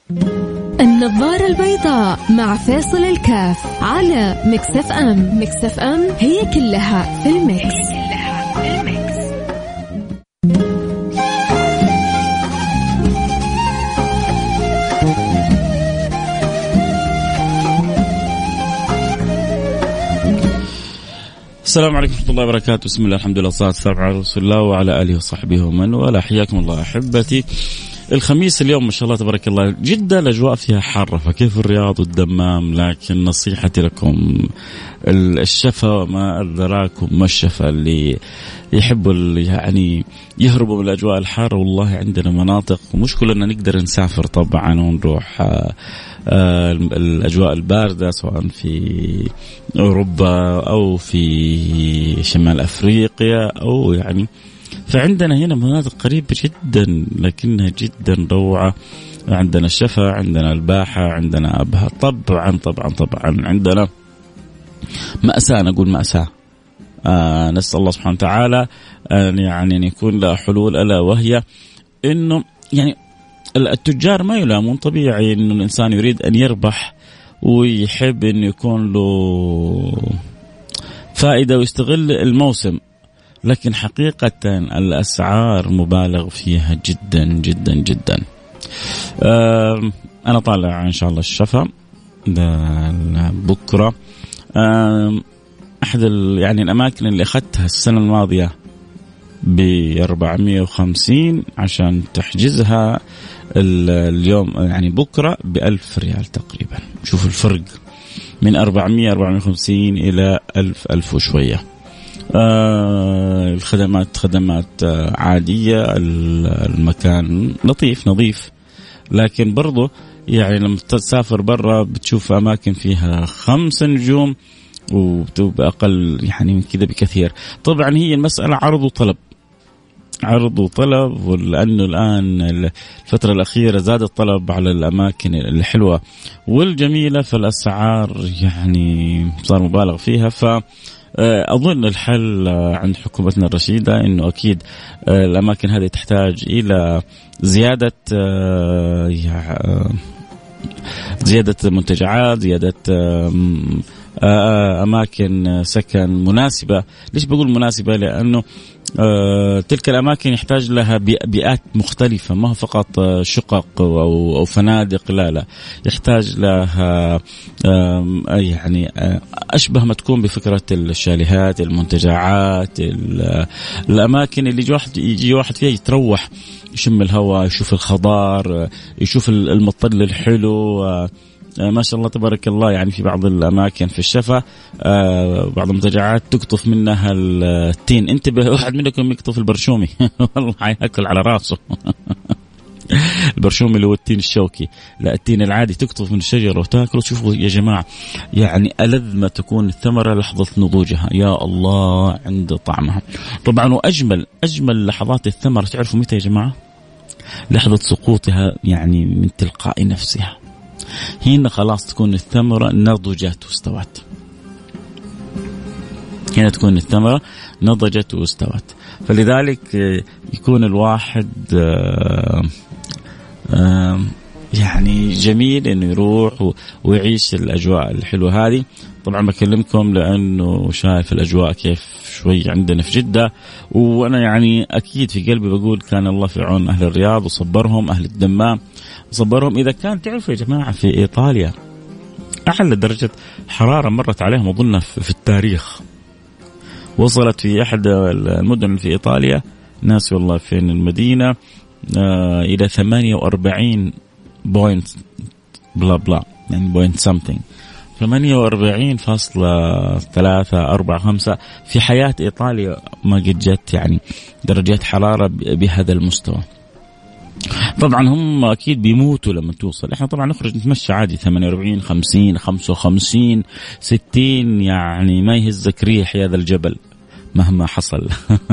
النظارة البيضاء مع فاصل الكاف على ميكس اف ام. ميكس اف ام هي كلها في الميكس. السلام عليكم ورحمة الله وبركاته. بسم الله الحمد لله والصلاة والسلام على رسول الله وعلى آله وصحبه ومن والاه. حياكم الله أحبتي. الخميس اليوم ما شاء الله تبارك الله جدا الأجواء فيها حارة، فكيف الرياض والدمام؟ لكن نصيحتي لكم الشفا وما أدراكم ما الشفا، اللي يحبوا يعني يهربوا من الأجواء الحارة. والله عندنا مناطق ومش كلنا نقدر نسافر طبعا ونروح الأجواء الباردة، سواء في أوروبا أو في شمال أفريقيا أو يعني، فعندنا هنا مناطق قريبة جدا لكنها جدا روعة. عندنا الشفا، عندنا الباحة، عندنا أبها. طبعا عندنا مأساة، نقول مأساة. نسأل الله سبحانه وتعالى أن يكون له حلول، ألا وهي إنه يعني التجار ما يلامون. طبيعي إنه الإنسان يريد أن يربح ويحب إنه يكون له فائدة ويستغل الموسم، لكن حقيقة الأسعار مبالغ فيها جدا جدا جدا. أنا طالع إن شاء الله الشفا بكرة. أحد يعني الأماكن اللي أخذتها السنة الماضية ب450 عشان تحجزها اليوم يعني بكرة ب1000 ريال تقريبا. شوف الفرق من 450 إلى 1000 وشوية. الخدمات خدمات عادية، المكان لطيف نظيف، لكن برضو يعني لما تسافر برا بتشوف أماكن فيها 5 نجوم وبتبقى أقل يعني من كذا بكثير. طبعا هي المسألة عرض وطلب، ولأنه الآن الفترة الأخيرة زاد الطلب على الأماكن الحلوة والجميلة، فالأسعار يعني صار مبالغ فيها. أظن الحل عند حكومتنا الرشيدة إنه أكيد الأماكن هذه تحتاج إلى زيادة منتجعات، زيادة أماكن سكن مناسبة. ليش بقول مناسبة؟ لأنه تلك الأماكن يحتاج لها بيئات مختلفة، ما هو فقط شقق أو فنادق، لا يحتاج لها يعني أشبه ما تكون بفكرة الشاليهات، المنتجعات، الأماكن اللي يجي واحد فيها يتروح، يشم الهواء، يشوف الخضار، يشوف المطل الحلو. ما شاء الله تبارك الله. يعني في بعض الأماكن في الشفا بعض المنتجعات تقطف منها التين. انتبه، واحد منكم يقطف البرشومي والله حياكل على راسه. البرشومي اللي هو التين الشوكي، لا التين العادي تقطف من الشجرة وتاكله. شوفوا يا جماعة، يعني ألذ ما تكون الثمرة لحظة نضوجها، يا الله عند طعمها. طبعا وأجمل لحظات الثمرة تعرفوا متى يا جماعة؟ لحظة سقوطها، يعني من تلقاء نفسها. هنا خلاص تكون الثمرة نضجت واستوت، هنا تكون الثمرة نضجت واستوت. فلذلك يكون الواحد يعني جميل إنه يروح ويعيش الأجواء الحلوة هذه. طبعا بكلمكم لأنه شايف الأجواء كيف شوي عندنا في جدة، وأنا يعني أكيد في قلبي بقول كان الله في عون أهل الرياض وصبرهم، أهل الدمام صبرهم. إذا كان تعرفوا يا جماعة في إيطاليا أعلى درجة حرارة مرت عليهم أظن في التاريخ، وصلت في أحد المدن في إيطاليا، ناس والله فين المدينة، إلى 48 بوينت بلا بلا، يعني بوينت سمثينج، 48.345 في حياة إيطاليا ما قد جت يعني درجات حرارة بهذا المستوى. طبعا هم أكيد بيموتوا لما توصل. إحنا طبعا نخرج نتمشى عادي 48 50 55 60، يعني ما يهزك ريح هذا الجبل مهما حصل.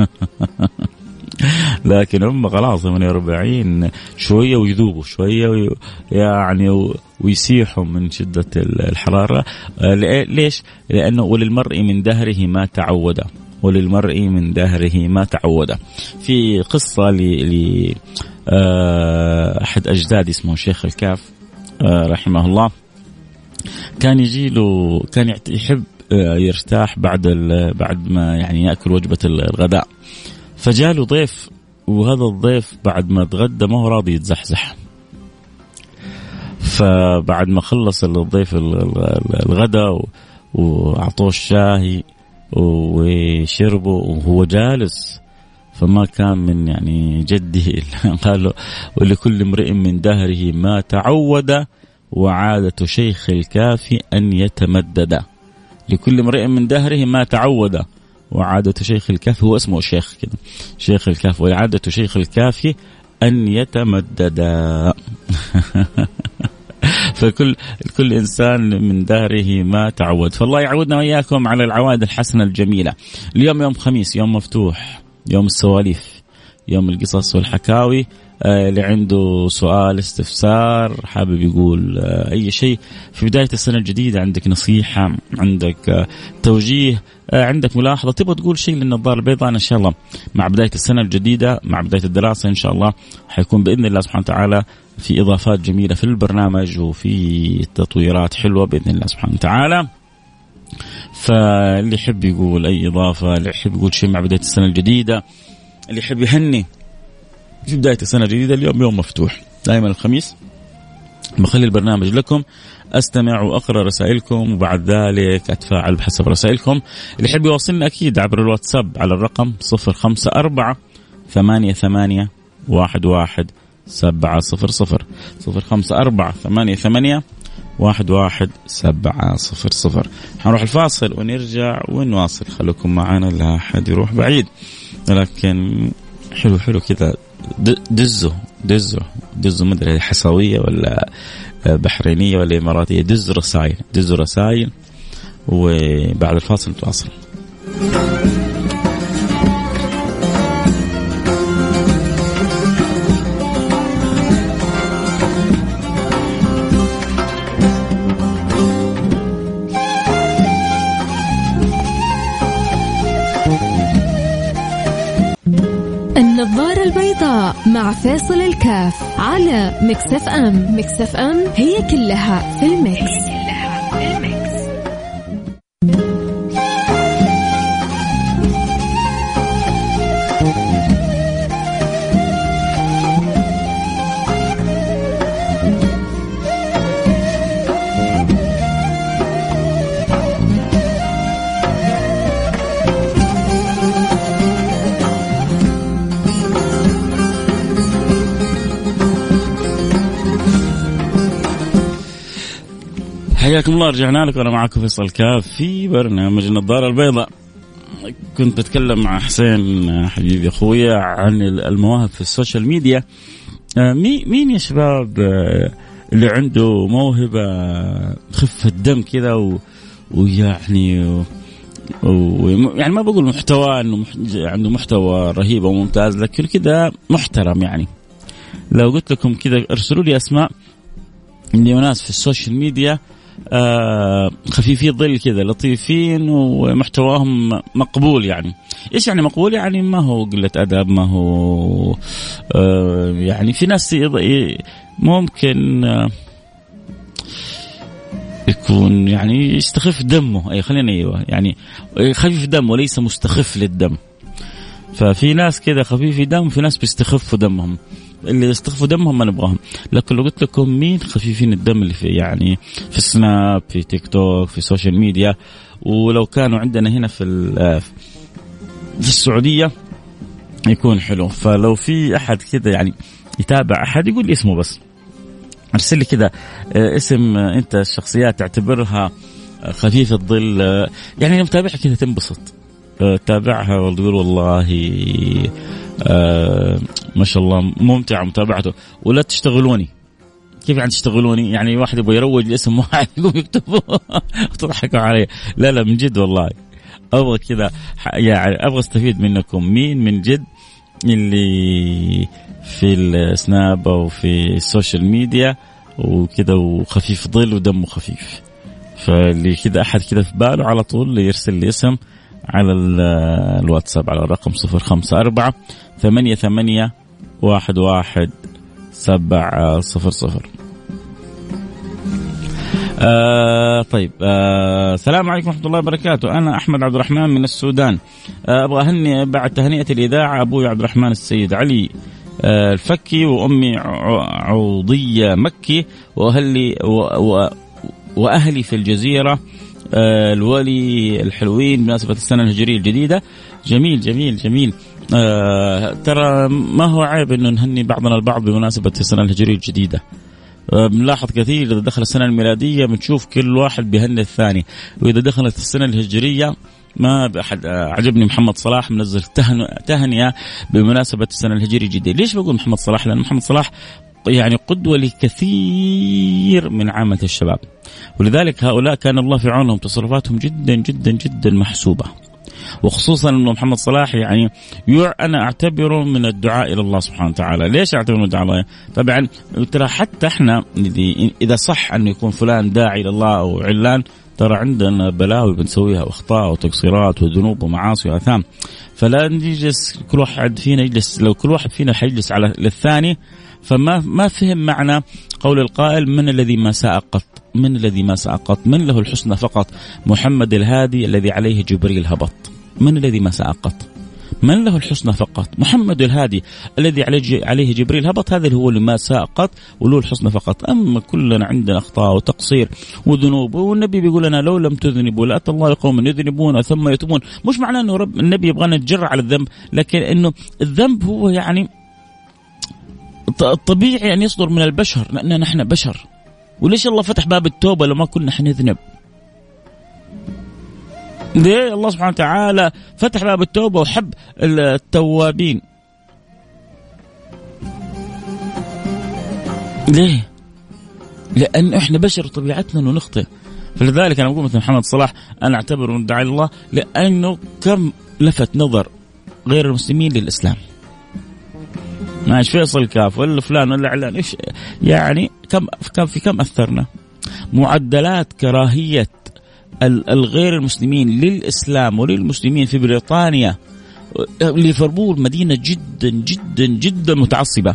لكن هم خلاص 48 شوية ويذوبوا شوية يعني ويسيحوا من شدة الحرارة. ليش؟ لأنه وللمرء من دهره ما تعود، وللمرء من دهره ما تعود. في قصة أحد أجدادي اسمه شيخ الكاف، رحمه الله كان يجي له، كان يحب يرتاح بعد ما يعني يأكل وجبة الغداء. فجاله ضيف، وهذا الضيف بعد ما تغدى ما هو راضي يتزحزح. فبعد ما خلص الضيف الغداء وأعطوه الشاي وشربه وهو جالس، فما كان من يعني جده قال له: ولكل امرئ من دهره ما تعود، وعادة شيخ الكافي أن يتمدد. لكل امرئ من دهره ما تعود، وعادة شيخ الكافي، هو اسمه الشيخ كده، شيخ الكافي، وعادة شيخ الكافي أن يتمدد. فكل إنسان من دهره ما تعود. فالله يعودنا وإياكم على العوائد الحسنة الجميلة. اليوم يوم خميس، يوم مفتوح، يوم السواليف، يوم القصص والحكاوي. اللي عنده سؤال، استفسار، حابب يقول أي شيء في بداية السنة الجديدة، عندك نصيحة، عندك توجيه، عندك ملاحظة، تبغى تقول شيء للنظارة البيضاء، إن شاء الله مع بداية السنة الجديدة، مع بداية الدراسة إن شاء الله حيكون بإذن الله سبحانه وتعالى في إضافات جميلة في البرنامج، وفي تطويرات حلوة بإذن الله سبحانه وتعالى. فاللي يحب يقول أي إضافة، اللي يحب يقول شيء مع بداية السنة الجديدة، اللي يحب يهني في بداية السنة الجديدة، اليوم يوم مفتوح. دائما الخميس بخلي البرنامج لكم، أستمع وأقرأ رسائلكم، وبعد ذلك أتفاعل بحسب رسائلكم. اللي يحب يوصلنا أكيد عبر الواتساب على الرقم 054-88-11-700 054-88-11-700. حنروح الفاصل ونرجع ونواصل. خلوكم معنا، لا أحد يروح بعيد. لكن حلو كذا، دزو ما ادري حسويه ولا بحرينيه ولا اماراتيه، دز رسائل وبعد الفاصل نتواصل. النظارة البيضاء مع فاصل الكاف على مكسف أم. مكسف أم هي كلها في المكس. حياكم الله، رجعنا لكم. أنا معكم فيصل كاف في برنامج النظارة البيضاء. كنت بتكلم مع حسين حبيبي أخويا عن المواهب في السوشيال ميديا. مين يا شباب اللي عنده موهبة خفة الدم كذا ويعني يعني ما بقول محتوى إنه عنده محتوى رهيب وممتاز، لكن كذا محترم. يعني لو قلت لكم كذا ارسلوا لي أسماء إني ناس في السوشيال ميديا خفيفي ظل كذا، لطيفين ومحتواهم مقبول. يعني إيش يعني مقبول؟ يعني ما هو قلة أدب، ما هو يعني في ناس ممكن يكون يعني يستخف دمه، أي خلينا يعني خفيف دم وليس مستخف للدم. ففي ناس كذا خفيفي دم، في ناس بيستخفوا دمهم. اللي يستخفوا دمهم ما نبغاهم. لكن لو قلت لكم مين خفيفين الدم اللي في يعني في السناب، في تيك توك، في السوشيال ميديا، ولو كانوا عندنا هنا في السعودية يكون حلو. فلو في أحد كذا يعني يتابع أحد يقول لي اسمه، بس أرسل لي كذا اسم أنت الشخصيات تعتبرها خفيف الظل، يعني لما تتابعها كذا تنبسط، تابعها وتقول والله ما شاء الله ممتع متابعته. ولا تشتغلوني. كيف يعني تشتغلوني؟ يعني واحد يبغى يروج اسم واحد يقوم يكتبوه وتضحكوا عليه. لا من جد والله أبغى كذا، يعني أبغى استفيد منكم. مين من جد اللي في السناب أو في السوشيال ميديا وكذا وخفيف ظل ودمه خفيف؟ فاللي كذا أحد كذا في باله على طول يرسل لي اسم على الواتساب على الرقم 054-88-11-700. طيب. السلام عليكم ورحمة الله وبركاته. أنا أحمد عبد الرحمن من السودان. أبغى أهني بعد تهنئة الإذاعة أبوي عبد الرحمن السيد علي الفكي وأمي عوضية مكي وأهلي في الجزيرة الولي الحلوين بمناسبة السنة الهجرية الجديدة. جميل جميل جميل. ترى ما هو عيب إنه نهني بعضنا البعض بمناسبة السنة الهجرية الجديدة. بنلاحظ كثير إذا دخل السنة الميلادية بنشوف كل واحد بيهني الثاني، وإذا دخلت السنة الهجرية ما بأحد. عجبني محمد صلاح منزل تهنئة بمناسبة السنة الهجرية الجديدة. ليش بقول محمد صلاح؟ لأن محمد صلاح يعني قدوة لكثير من عامة الشباب، ولذلك هؤلاء كان الله في عونهم، تصرفاتهم جدا جدا جدا محسوبة، وخصوصا أنه محمد صلاح يعني أنا أعتبره من الدعاء إلى الله سبحانه وتعالى. ليش أعتبره من الدعاء إلى الله؟ طبعا ترى حتى إحنا إذا صح أن يكون فلان داعي إلى الله أو علان، ترى عندنا بلاوي بنسويها وأخطاء وتقصيرات وذنوب ومعاصي وآثام. فلا نجلس كل واحد فينا يجلس، لو كل واحد فينا حيجلس على الثاني فما فهم معنى قول القائل من الذي ما سأقط، من الذي ما سأقط، من له الحسنى فقط، محمد الهادي الذي عليه جبريل هبط. من الذي ما سأقط، من له الحسنى فقط، محمد الهادي الذي عليه جبريل هبط، هذا هو اللي ما سأقط وله الحسنى فقط. أما كلنا عندنا أخطاء وتقصير وذنوب، والنبي بيقول لنا لو لم تذنبوا لأتى الله لقوم يذنبون ثم يتوبون. مش معناه أنه النبي يبغانا نتجرع على الذنب، لكن أنه الذنب هو يعني الطبيعي أن يصدر من البشر، لأننا نحن بشر. وليش الله فتح باب التوبة لما كنا حنذنب؟ ليه الله سبحانه وتعالى فتح باب التوبة وحب التوابين؟ ليه؟ لأن إحنا بشر طبيعتنا إنه نخطئ. فلذلك أنا أقول مثل محمد صلاح أنا أعتبره من داعي الله، لأنه كم لفت نظر غير المسلمين للإسلام. ماش فيصل كاف ولا فلان ولا علان، إيش يعني كم أثرنا. معدلات كراهية الغير المسلمين للإسلام وللمسلمين في بريطانيا، ليفربول مدينة جدا جدا جدا متعصبة.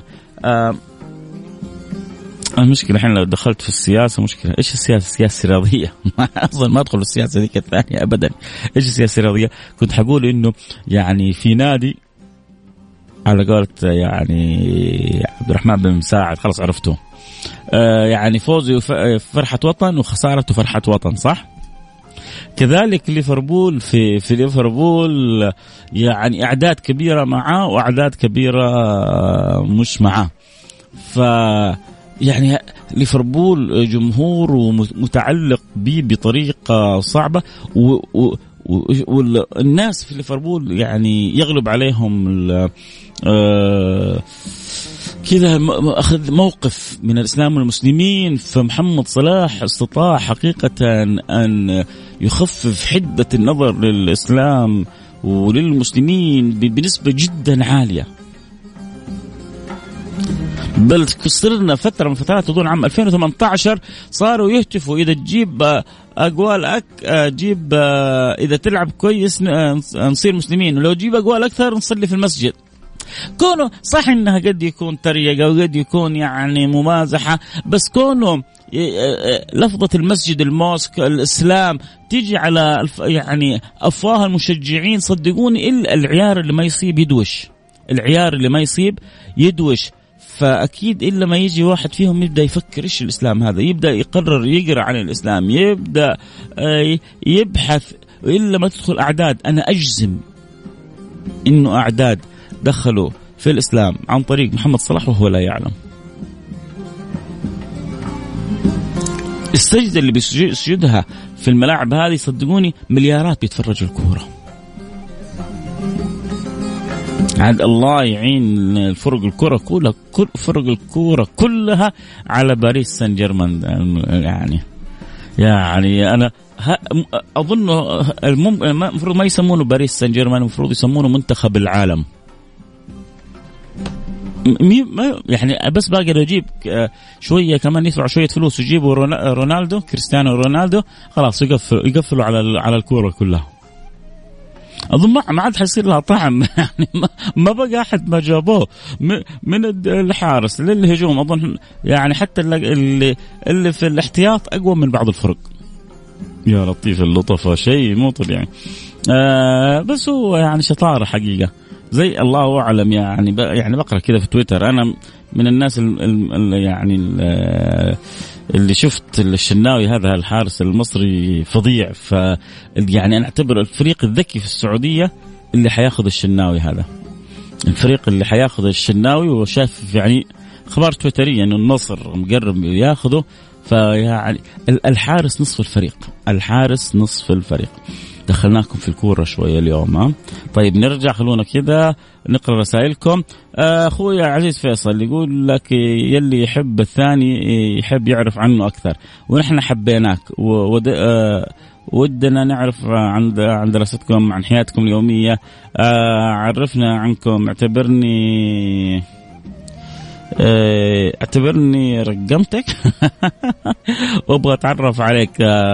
المشكلة الحين لو دخلت في السياسة مشكلة. إيش السياسة؟ السياسة الرياضية. أصلا ما أدخل في السياسة ذيك الثانية أبدا. إيش السياسة الرياضية؟ كنت حقول إنه يعني في نادي على قولة يعني عبد الرحمن بن مساعد، خلاص عرفته، يعني فوزي فرحة وطن وخسارته فرحة وطن، صح؟ كذلك ليفربول في ليفربول يعني أعداد كبيرة معه وأعداد كبيرة مش معه. ف يعني ليفربول جمهور متعلق به بطريقة صعبة، والناس في ليفربول يعني يغلب عليهم كذا أخذ موقف من الإسلام والمسلمين. فمحمد صلاح استطاع حقيقة أن يخفف حدة النظر للإسلام وللمسلمين بنسبة جدا عالية. بل صرنا فترة من فترات تظن عام 2018 صاروا يهتفوا إذا تجيب أقوال جيب إذا تلعب كويس نصير مسلمين، ولو تجيب أقوال أكثر نصلي في المسجد. كونه صح إنها قد يكون تريقة وقد يكون يعني ممازحة، بس كونه لفظة المسجد الموسك الإسلام تيجي على يعني أفواه المشجعين، صدقوني إلا العيار اللي ما يصيب يدوش، العيار اللي ما يصيب يدوش. فأكيد إلا ما يجي واحد فيهم يبدأ يفكر إيش الإسلام هذا، يبدأ يقرر يقرأ عن الإسلام، يبدأ يبحث، إلا ما تدخل أعداد. أنا أجزم إنه أعداد دخلوا في الإسلام عن طريق محمد صلاح وهو لا يعلم. السجدة اللي بيسجدها في الملاعب هذه صدقوني مليارات بيتفرجوا الكورة. عاد الله يعين الفرق الكرة كلها، كل فرق الكرة كلها على باريس سان جيرمان. يعني أنا أظن المفروض ما يسمونه باريس سان جيرمان، المفروض يسمونه منتخب العالم. يعني بس باقي لو يجيب شوية كمان يدفع شوية فلوس ويجيبوا رونالدو كريستيانو رونالدو، خلاص يقفلوا على الكرة كلها. أظن ما عاد حيصير لها طعم يعني ما بقى أحد ما جابوه من الحارس للهجوم. أظن يعني حتى اللي في الاحتياط أقوى من بعض الفرق. يا لطيف اللطفة شيء مو طبيعي. بس هو يعني شطارة حقيقة زي الله أعلم. يعني بقرأ كذا في تويتر، أنا من الناس اللي شفت الشناوي هذا الحارس المصري فظيع. يعني أنا أعتبر الفريق الذكي في السعودية اللي حياخذ الشناوي، هذا الفريق اللي حياخذ الشناوي. وشاف يعني أخبار تويترية إنه النصر مقرب ياخذه. فيعني الحارس نصف الفريق، الحارس نصف الفريق. دخلناكم في الكورة شوية اليوم. طيب نرجع، خلونا كذا نقرأ رسائلكم. أخوي عزيز فيصل يقول لك يلي يحب الثاني يحب يعرف عنه أكثر، ونحن حبيناك ودنا نعرف عن دراستكم، عن حياتكم اليومية. عرفنا عنكم، اعتبرني رقمتك وابغى اتعرف عليك.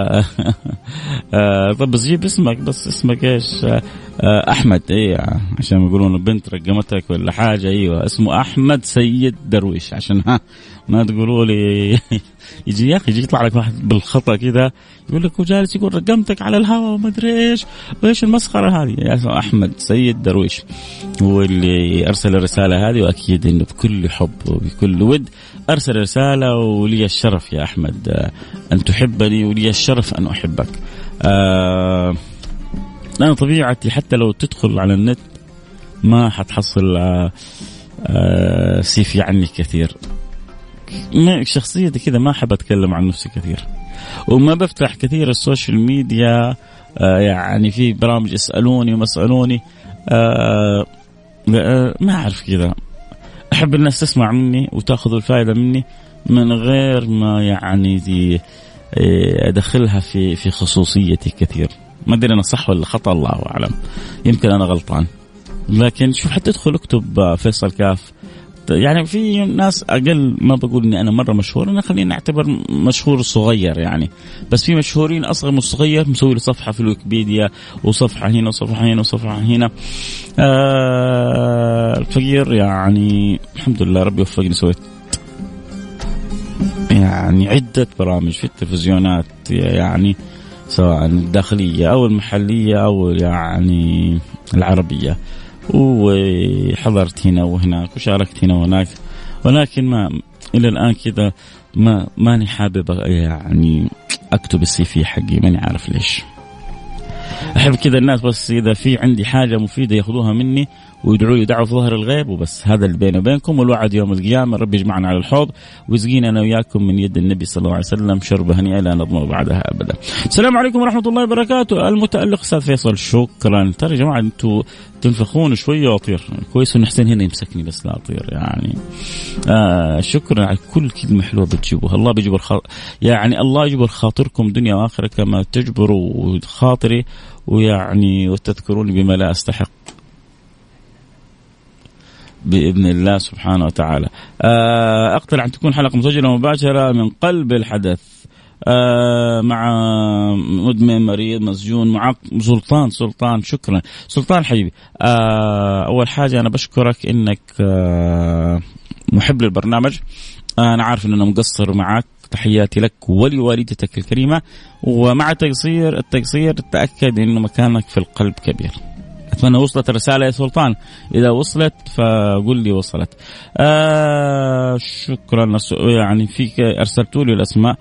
طب بس جيب اسمك، بس اسمك ايش؟ احمد. ايه عشان يقولون البنت رقمتك ولا حاجه. ايوه اسمه احمد سيد درويش، عشان ما تقولوا لي يجي يا اخي يجي يطلع لك واحد بالخطا كذا يقول لك وجالس يقول رقمتك على الهواء وما ادري ايش وايش المسخره هذه. اسمه احمد سيد درويش هو اللي ارسل الرساله هذه، واكيد انه بكل حب وبكل ود ارسل رساله. ولي الشرف يا احمد ان تحبني، ولي الشرف ان احبك. أنا طبيعتي حتى لو تدخل على النت ما حتحصل سيفي عني كثير. شخصيتي كذا ما أحب أتكلم عن نفسي كثير، وما بفتح كثير السوشيال ميديا. يعني في برامج يسألوني ومسألوني، ما أعرف كذا. أحب الناس تسمع مني وتأخذ الفائدة مني من غير ما يعني أدخلها في خصوصيتي كثير. ما أدري أنا صح ولا خطأ، الله أعلم، يمكن أنا غلطان. لكن شوف حتى ادخل اكتب فيصل كاف، يعني في ناس أقل، ما بقول إني أنا مرة مشهور، أنا خلينا نعتبر مشهور صغير يعني، بس في مشهورين أصغر من الصغير مسوي له صفحة في الويكيبيديا وصفحة هنا وصفحة هنا وصفحة هنا. الفقير يعني الحمد لله ربي وفقني، سويت يعني عدة برامج في التلفزيونات، يعني سواء الداخلية أو المحلية أو يعني العربية، وحضرت هنا وهناك وشاركت هنا وهناك، ولكن ما إلى الآن كذا ماني حابب يعني أكتب السي في حقي، ماني عارف ليش. أحب كذا الناس بس إذا في عندي حاجة مفيدة يأخذوها مني ويدعوا لي دعوة في ظهر الغيب وبس. هذا اللي بيني وبينكم، والوعد يوم القيامة رب يجمعنا على الحوض ويسقينا أنا وياكم من يد النبي صلى الله عليه وسلم شربة هنيئة لا نظمأ بعدها أبدا. السلام عليكم ورحمة الله وبركاته. المتألق أستاذ فيصل، شكرا. ترى يا جماعة أنتوا تنفخون شوية وأطير، كويس إن حسين هنا يمسكني بس لا أطير يعني. شكرا على كل كلمة حلوة بتجيبوها. الله بيجبر يعني الله يجبر خاطركم دنيا وآخرة كما تجبروا خاطري، ويعني وتذكروني بما لا أستحق بإذن الله سبحانه وتعالى. أقترح أن تكون حلقة مسجلة مباشرة من قلب الحدث مع مدمن مريض مسجون معاق سلطان. شكرا سلطان حبيبي. أول حاجة أنا بشكرك إنك محب للبرنامج. أنا عارف إن أنا مقصر معك، تحياتي لك ولوالدتك الكريمة، ومع التقصير تأكد إنه مكانك في القلب كبير. أتمنى وصلت الرسالة يا سلطان، إذا وصلت فقل لي وصلت. شكرا. يعني فيك أرسلتوا لي الأسماء،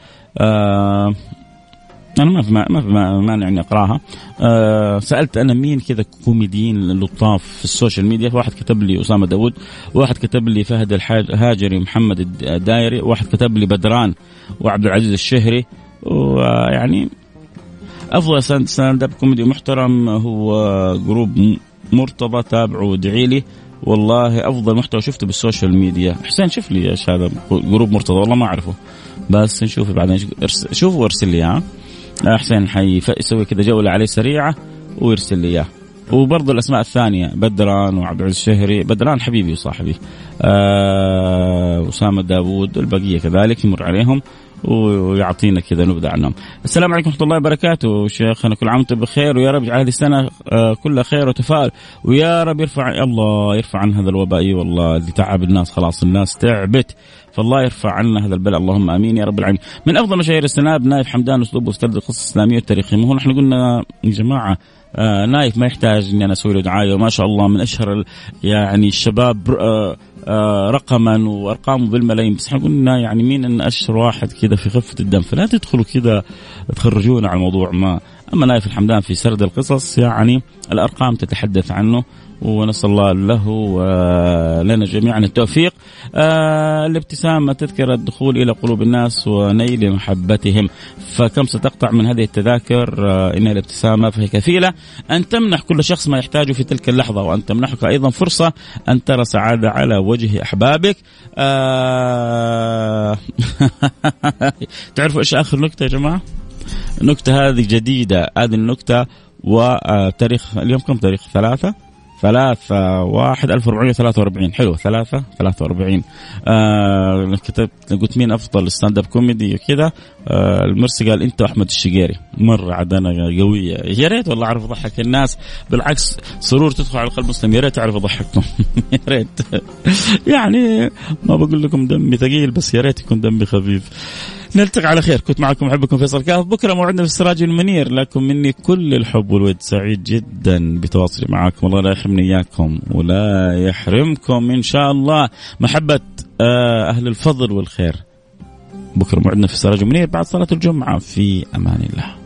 أنا ما في مانع إني أقراها. سألت أنا مين كذا كوميديين لطاف في السوشيال ميديا، واحد كتب لي أسامة داود، واحد كتب لي فهد الهاجري، محمد الدايري، واحد كتب لي بدران وعبد العزيز الشهري. ويعني أفضل ستاند اب كوميدي محترم هو جروب مرتضى، تابعوا وادعي لي، والله أفضل محتوى شفته بالسوشيال ميديا. حسين شوف لي إيش هذا جروب مرتضى، والله ما أعرفه بس نشوفه بعدين، شوفه وارسل لي. حسين يسوي كذا جولة عليه سريعة ويرسل لي إياه. وبرضه الأسماء الثانية بدران وعبد العزيز الشهري، بدران حبيبي وصاحبي، أسامة داوود، البقية كذلك يمر عليهم ويعطينا كذا نبذة عنهم. السلام عليكم ورحمة الله وبركاته. شيخنا كل عام وانتم بخير، ويا رب يجعل هذه السنة كلها خير وتفاؤل، ويا رب الله يرفع عن هذا الوباء. اي والله اللي تعب الناس، خلاص الناس تعبت، فالله يرفع عنا هذا البلاء، اللهم امين يا رب العالمين. من افضل مشاهير السناب نايف حمدان، اسلوبه في سرد القصص الاسلاميه والتاريخيه. ما هو نحن قلنا يا جماعه نايف ما يحتاج اني انا اسوي له دعايه، وما شاء الله من اشهر يعني الشباب رقما وارقامه بالملايين، بس احنا قلنا يعني مين ان اشهر واحد كذا في خفه الدم، فلا تدخلوا كذا تخرجونا على الموضوع. ما اما نايف الحمدان في سرد القصص يعني الارقام تتحدث عنه، ونسأل الله له ولنا جميعا التوفيق. الابتسامة تذكر الدخول إلى قلوب الناس ونيل محبتهم، فكم ستقطع من هذه التذاكر؟ إن الابتسامة فهي كفيلة أن تمنح كل شخص ما يحتاجه في تلك اللحظة، وأن تمنحك أيضا فرصة أن ترى سعادة على وجه أحبابك. تعرفوا إيش آخر نكتة يا جماعة؟ النكتة هذه جديدة، هذه النكتة وتاريخ اليوم كم تاريخ؟ 3/1/1443. حلو 3/43. كتبت قلت مين أفضل ستاند اب كوميدي وكذا. المرسي قال أنت وأحمد الشقيري. مرة عدنا قوية، يا ريت والله أعرف أضحك الناس، بالعكس سرور تدخل على قلب مسلم، يا ريت أعرف أضحككم. يا ريت يعني ما بقول لكم دمي ثقيل، بس يا ريت يكون دمي خفيف. نلتقي على خير. كنت معكم أحبكم فيصل كاف. بكرة موعدنا في السراج المنير. لكم مني كل الحب والود، سعيد جدا بتواصلي معكم، الله لا يحرمني إياكم ولا يحرمكم إن شاء الله محبة أهل الفضل والخير. بكرة موعدنا في السراج المنير بعد صلاة الجمعة. في أمان الله.